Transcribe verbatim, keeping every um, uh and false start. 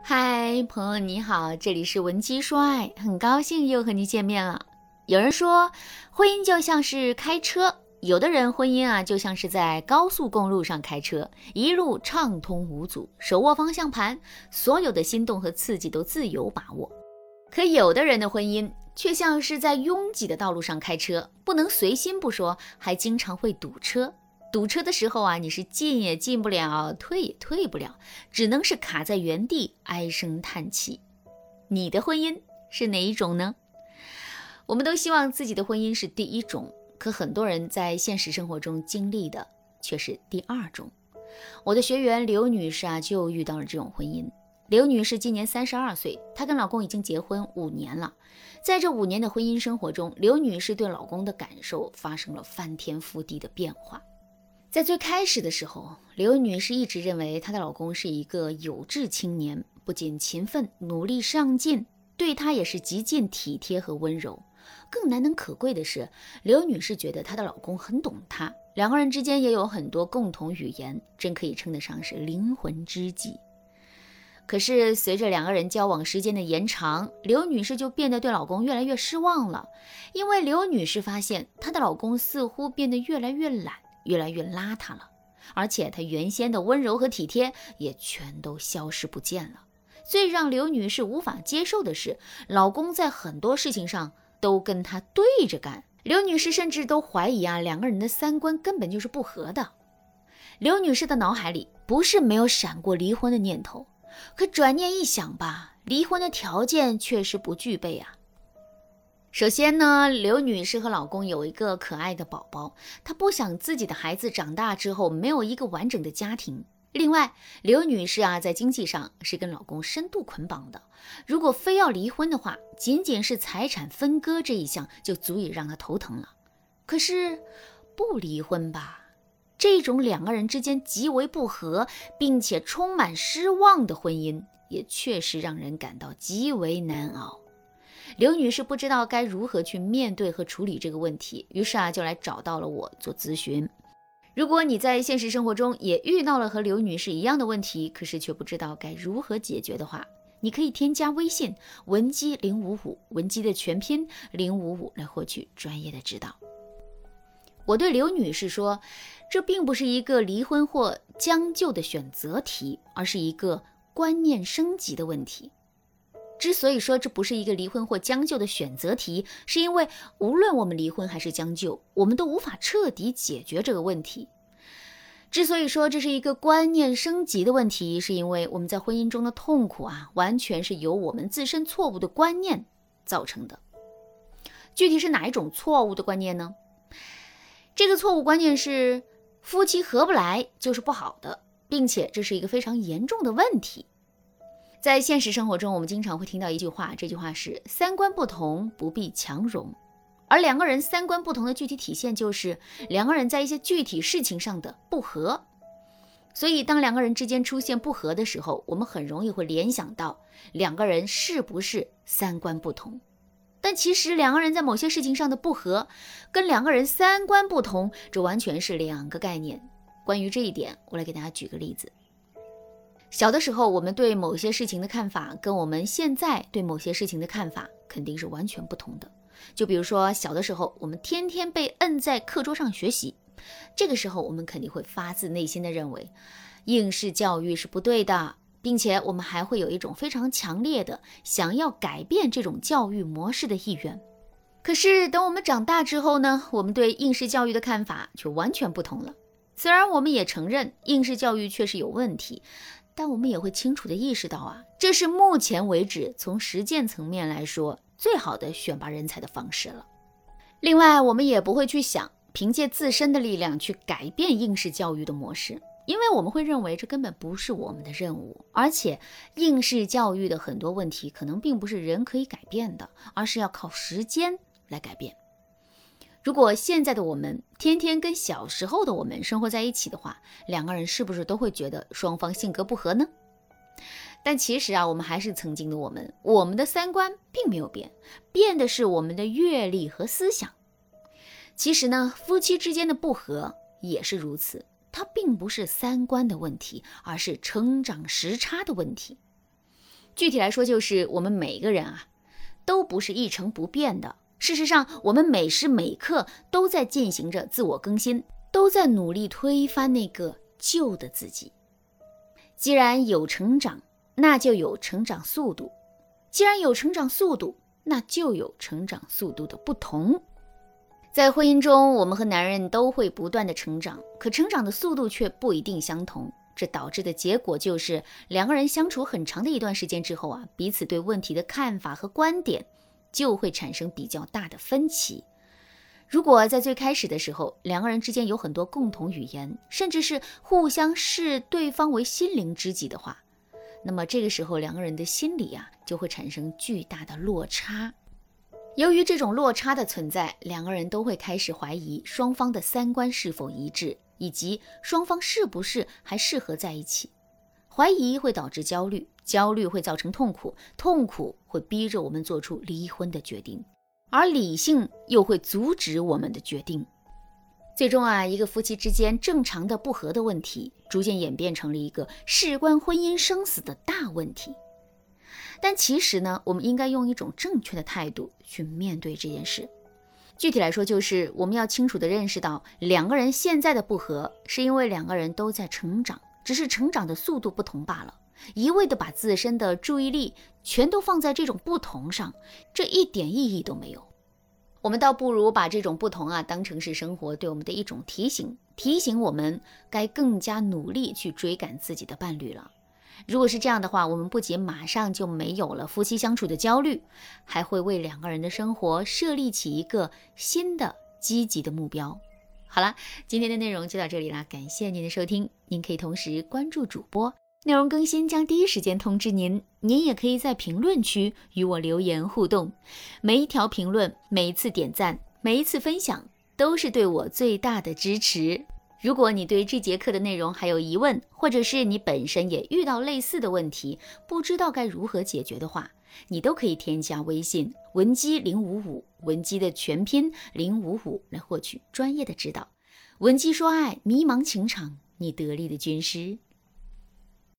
嗨，朋友你好，这里是文姬说爱，很高兴又和你见面了。有人说，婚姻就像是开车，有的人婚姻啊就像是在高速公路上开车，一路畅通无阻，手握方向盘，所有的心动和刺激都自由把握。可有的人的婚姻却像是在拥挤的道路上开车，不能随心不说，还经常会堵车。堵车的时候啊，你是进也进不了，退也退不了，只能是卡在原地唉声叹气。你的婚姻是哪一种呢？我们都希望自己的婚姻是第一种，可很多人在现实生活中经历的却是第二种。我的学员刘女士啊，就遇到了这种婚姻。刘女士今年三十二岁，她跟老公已经结婚五年了。在这五年的婚姻生活中，刘女士对老公的感受发生了翻天覆地的变化。在最开始的时候，刘女士一直认为她的老公是一个有志青年，不仅勤奋努力上进，对她也是极尽体贴和温柔。更难能可贵的是，刘女士觉得她的老公很懂她，两个人之间也有很多共同语言，真可以称得上是灵魂知己。可是随着两个人交往时间的延长，刘女士就变得对老公越来越失望了，因为刘女士发现她的老公似乎变得越来越懒，越来越邋遢了，而且她原先的温柔和体贴也全都消失不见了。最让刘女士无法接受的是，老公在很多事情上都跟她对着干。刘女士甚至都怀疑啊，两个人的三观根本就是不合的。刘女士的脑海里不是没有闪过离婚的念头，可转念一想吧，离婚的条件确实不具备啊。首先呢，刘女士和老公有一个可爱的宝宝，她不想自己的孩子长大之后没有一个完整的家庭。另外，刘女士啊，在经济上是跟老公深度捆绑的，如果非要离婚的话，仅仅是财产分割这一项就足以让她头疼了。可是不离婚吧，这种两个人之间极为不和并且充满失望的婚姻，也确实让人感到极为难熬。刘女士不知道该如何去面对和处理这个问题，于是啊，就来找到了我做咨询。如果你在现实生活中也遇到了和刘女士一样的问题，可是却不知道该如何解决的话，你可以添加微信文姬零五五，文姬的全拼零五五，来获取专业的指导。我对刘女士说，这并不是一个离婚或将就的选择题，而是一个观念升级的问题。之所以说这不是一个离婚或将就的选择题，是因为无论我们离婚还是将就，我们都无法彻底解决这个问题。之所以说这是一个观念升级的问题，是因为我们在婚姻中的痛苦啊，完全是由我们自身错误的观念造成的。具体是哪一种错误的观念呢？这个错误观念是夫妻合不来就是不好的，并且这是一个非常严重的问题。在现实生活中，我们经常会听到一句话，这句话是三观不同不必强融。而两个人三观不同的具体体现就是两个人在一些具体事情上的不合。所以当两个人之间出现不合的时候，我们很容易会联想到两个人是不是三观不同。但其实两个人在某些事情上的不合，跟两个人三观不同，这完全是两个概念。关于这一点，我来给大家举个例子。小的时候，我们对某些事情的看法跟我们现在对某些事情的看法肯定是完全不同的。就比如说小的时候，我们天天被摁在课桌上学习，这个时候我们肯定会发自内心的认为应试教育是不对的，并且我们还会有一种非常强烈的想要改变这种教育模式的意愿。可是等我们长大之后呢，我们对应试教育的看法却完全不同了。虽然我们也承认应试教育确实有问题，但我们也会清楚地意识到啊，这是目前为止从实践层面来说最好的选拔人才的方式了。另外，我们也不会去想凭借自身的力量去改变应试教育的模式，因为我们会认为这根本不是我们的任务，而且应试教育的很多问题可能并不是人可以改变的，而是要靠时间来改变。如果现在的我们天天跟小时候的我们生活在一起的话，两个人是不是都会觉得双方性格不合呢？但其实啊，我们还是曾经的我们，我们的三观并没有变，变的是我们的阅历和思想。其实呢，夫妻之间的不合也是如此，它并不是三观的问题，而是成长时差的问题。 具体来说，就是我们每个人啊，都不是一成不变的。事实上，我们每时每刻都在进行着自我更新，都在努力推翻那个旧的自己。既然有成长，那就有成长速度；既然有成长速度，那就有成长速度的不同。在婚姻中，我们和男人都会不断的成长，可成长的速度却不一定相同。这导致的结果就是，两个人相处很长的一段时间之后啊，彼此对问题的看法和观点就会产生比较大的分歧。如果在最开始的时候，两个人之间有很多共同语言，甚至是互相视对方为心灵知己的话，那么这个时候两个人的心理啊，就会产生巨大的落差。由于这种落差的存在，两个人都会开始怀疑双方的三观是否一致，以及双方是不是还适合在一起。怀疑会导致焦虑，焦虑会造成痛苦，痛苦会逼着我们做出离婚的决定，而理性又会阻止我们的决定。最终啊，一个夫妻之间正常的不和的问题，逐渐演变成了一个事关婚姻生死的大问题。但其实呢，我们应该用一种正确的态度去面对这件事。具体来说，就是我们要清楚地认识到，两个人现在的不和，是因为两个人都在成长，只是成长的速度不同罢了。一味地把自身的注意力全都放在这种不同上，这一点意义都没有。我们倒不如把这种不同啊，当成是生活对我们的一种提醒，提醒我们该更加努力去追赶自己的伴侣了。如果是这样的话，我们不仅马上就没有了夫妻相处的焦虑，还会为两个人的生活设立起一个新的积极的目标。好了，今天的内容就到这里啦，感谢您的收听。您可以同时关注主播，内容更新将第一时间通知您。您也可以在评论区与我留言互动，每一条评论，每一次点赞，每一次分享，都是对我最大的支持。如果你对这节课的内容还有疑问，或者是你本身也遇到类似的问题，不知道该如何解决的话，你都可以添加微信文姬零五五，文姬的全拼零五五，来获取专业的指导。文姬说爱，迷茫情场，你得力的军师。